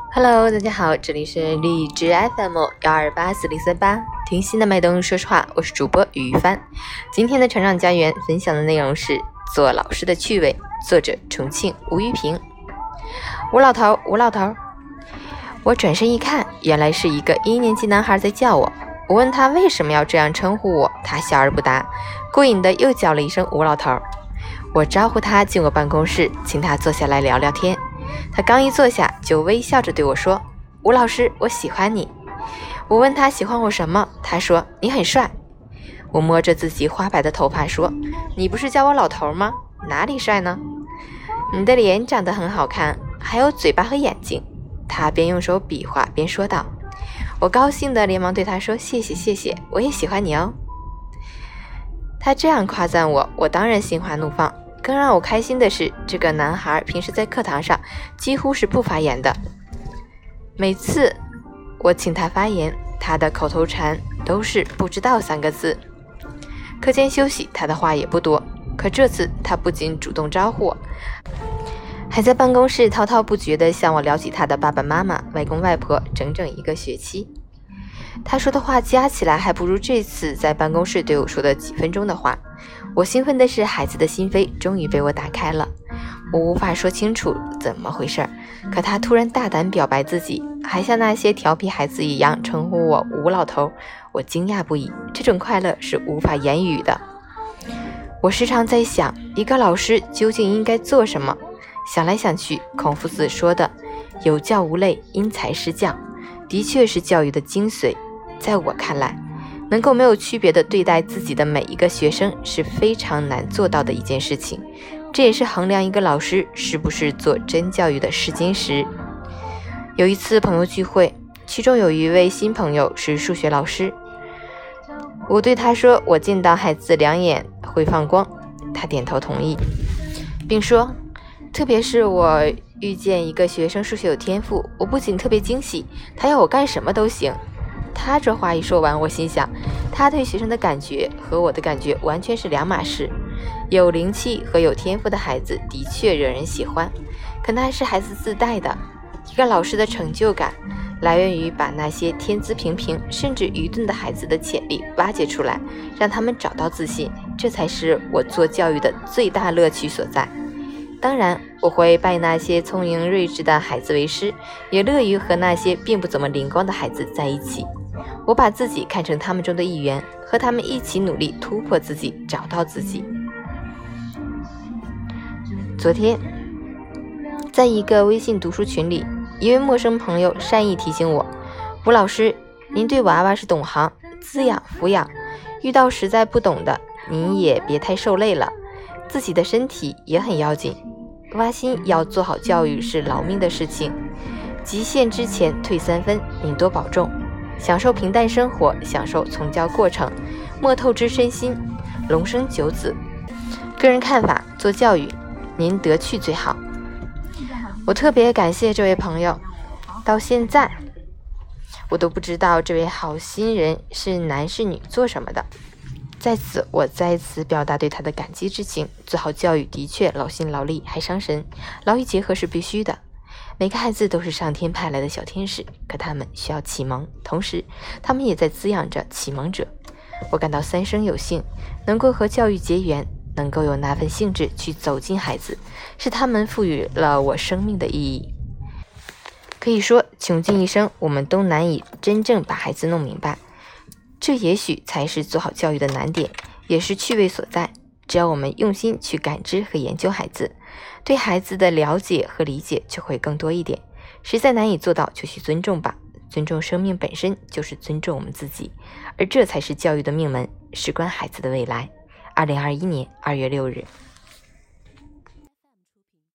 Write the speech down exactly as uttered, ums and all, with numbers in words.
Hello， 大家好，这里是荔枝 F M 幺二八四零三八，听心的脉动。说实话，我是主播于帆。今天的成长家园分享的内容是做老师的趣味，作者重庆吴玉平。吴老头，吴老头。我转身一看，原来是一个一年级男孩在叫我。我问他为什么要这样称呼我，他笑而不答，过瘾的又叫了一声吴老头。我招呼他进我办公室，请他坐下来聊聊天。他刚一坐下，就微笑着对我说：“吴老师，我喜欢你。”我问他喜欢我什么，他说：“你很帅。”我摸着自己花白的头发说：“你不是叫我老头吗？哪里帅呢？”“你的脸长得很好看，还有嘴巴和眼睛。”他边用手比划边说道。我高兴的连忙对他说：“谢谢谢谢，我也喜欢你哦。”他这样夸赞我，我当然心花怒放。更让我开心的是，这个男孩平时在课堂上几乎是不发言的。每次我请他发言，他的口头禅都是不知道三个字。课间休息，他的话也不多，可这次他不仅主动招呼我，还在办公室滔滔不绝地向我聊起他的爸爸妈妈、外公外婆，整整一个学期。他说的话加起来还不如这次在办公室对我说的几分钟的话。我兴奋的是，孩子的心扉终于被我打开了。我无法说清楚怎么回事，可他突然大胆表白自己，还像那些调皮孩子一样称呼我吴老头，我惊讶不已，这种快乐是无法言语的。我时常在想，一个老师究竟应该做什么？想来想去，孔夫子说的有教无类，因材施教，的确是教育的精髓。在我看来，能够没有区别地对待自己的每一个学生是非常难做到的一件事情，这也是衡量一个老师是不是做真教育的试金石。有一次朋友聚会，其中有一位新朋友是数学老师，我对他说我见到孩子两眼会放光，他点头同意，并说特别是我遇见一个学生数学有天赋，我不仅特别惊喜，他要我干什么都行。他这话一说完，我心想，他对学生的感觉和我的感觉完全是两码事。有灵气和有天赋的孩子的确惹人喜欢，可那是孩子自带的。一个老师的成就感来源于把那些天资平平甚至愚钝的孩子的潜力挖掘出来，让他们找到自信，这才是我做教育的最大乐趣所在。当然，我会拜那些聪明睿智的孩子为师，也乐于和那些并不怎么灵光的孩子在一起。我把自己看成他们中的一员，和他们一起努力突破自己，找到自己。昨天，在一个微信读书群里，一位陌生朋友善意提醒我：“吴老师，您对娃娃是懂行，滋养抚养，遇到实在不懂的，您也别太受累了，自己的身体也很要紧。挖心要做好教育是劳命的事情，极限之前退三分，您多保重。享受平淡生活，享受从教过程，莫透支身心，龙生九子。个人看法，做教育，您得去最好。”我特别感谢这位朋友，到现在我都不知道这位好心人是男是女，做什么的。在此，我再次表达对他的感激之情。做好教育的确劳心劳力还伤神，劳逸结合是必须的。每个孩子都是上天派来的小天使，可他们需要启蒙，同时他们也在滋养着启蒙者。我感到三生有幸，能够和教育结缘，能够有那份兴致去走进孩子，是他们赋予了我生命的意义。可以说，穷尽一生，我们都难以真正把孩子弄明白，这也许才是做好教育的难点，也是趣味所在。只要我们用心去感知和研究孩子，对孩子的了解和理解就会更多一点。实在难以做到，就去尊重吧。尊重生命本身就是尊重我们自己，而这才是教育的命门，事关孩子的未来。二零二一年二月六日。